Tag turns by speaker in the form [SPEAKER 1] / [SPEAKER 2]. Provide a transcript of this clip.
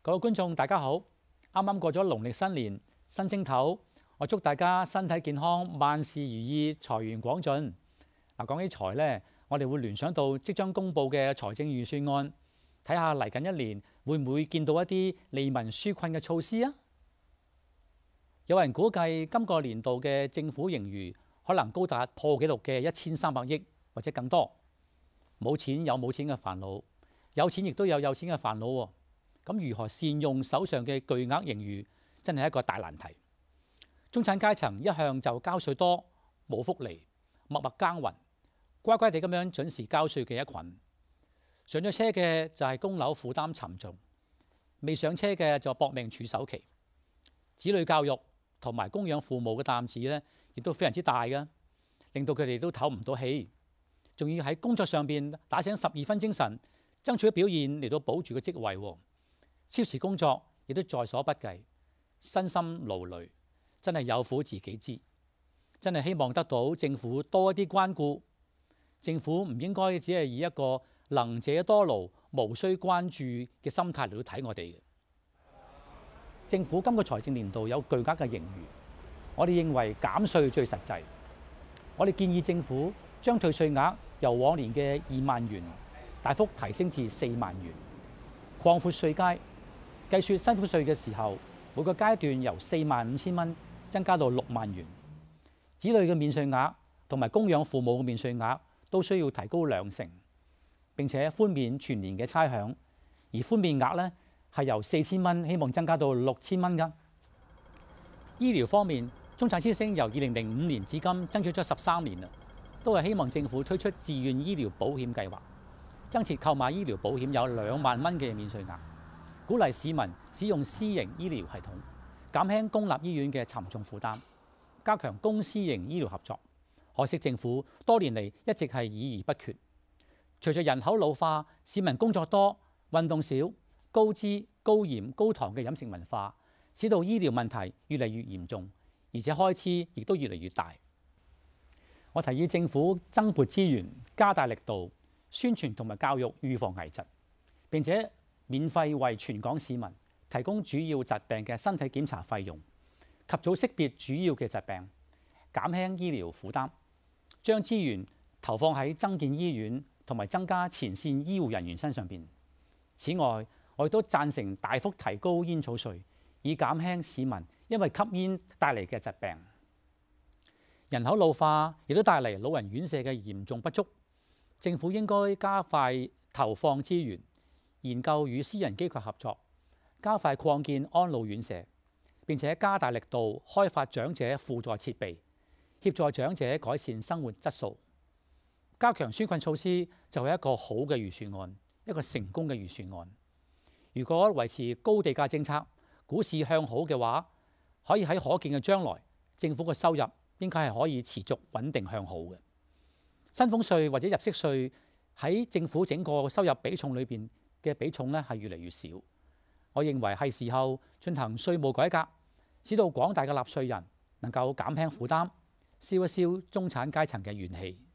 [SPEAKER 1] 各位觀眾，大家好！啱啱過咗農曆新年，新正頭，我祝大家身體健康，萬事如意，財源廣進。嗱，講起財呢，我哋會聯想到即將公布嘅財政預算案，睇下嚟緊一年會唔會見到一啲利民紓困嘅措施啊？有人估計今個年度嘅政府盈餘可能高達破紀錄嘅1300億或者更多。冇錢有冇錢嘅煩惱，有錢亦都有有錢嘅煩惱喎。咁如何善用手上嘅巨額盈餘，真係一個大難題。中產階層一向就交稅多、冇福利、默默耕耘、乖乖地咁樣準時交稅嘅一群。上咗車嘅就係供樓負擔沉重，未上車嘅就搏命儲首期。子女教育同埋供養父母嘅擔子咧，亦都非常之大嘅，令到佢哋都唞唔到氣，仲要喺工作上邊打醒12分精神，爭取表現嚟到保住個職位。超時工作亦都在所不計，身心勞累，真係有苦自己知。真係希望得到政府多一啲關顧。政府唔應該只係以一個能者多勞、無需關注嘅心態嚟到睇我哋嘅。政府今個財政年度有巨額嘅盈餘，我哋認為減稅最實際。我哋建議政府將退稅額由往年嘅2萬元大幅提升至4萬元，擴闊稅階。計算薪俸稅嘅時候，每個階段由45000蚊增加到6萬元。子女嘅免稅額同埋供養父母嘅免稅額都需要提高2成，並且寬免全年嘅差餉，而寬免額呢係由4000蚊希望增加到6000蚊㗎。醫療方面，中產之星由2005年至今爭取咗13年啦，都係希望政府推出自願醫療保險計劃，增設購買醫療保險有2萬蚊嘅免稅額。鼓勵市民使用私營醫療系統，減輕公立醫院嘅沉重負擔，加強公私營醫療合作。可惜政府多年嚟一直係議而不決。隨着人口老化，市民工作多、運動少、高脂、高鹽、高糖嘅飲食文化，使到醫療問題越嚟越嚴重，而且開支亦都越嚟越大。我提議政府增撥資源，加大力度宣傳同埋教育預防危疾，並且免費為全港市民提供主要疾病嘅身體檢查費用，及早識別主要嘅疾病，減輕醫療負擔，將資源投放喺增建醫院同埋增加前線醫護人員身上邊。此外，我亦都贊成大幅提高煙草稅，以減輕市民因為吸煙帶嚟嘅疾病。人口老化亦都帶嚟老人院舍嘅嚴重不足，政府應該加快投放資源，研究與私人機構合作，加快擴建安老院舍，並且加大力度開發長者輔助設備，協助長者改善生活質素。加強紓困措施就係一個好嘅預算案，一個成功嘅預算案。如果維持高地價政策，股市向好嘅話，可以喺可見嘅將來，政府嘅收入應該係可以持續穩定向好嘅。薪俸稅或者入息稅喺政府整個收入比重裏邊嘅比重咧係越嚟越少。我認為係時候進行稅務改革，使到廣大嘅納稅人能夠減輕負擔，消一消中產階層嘅怨氣。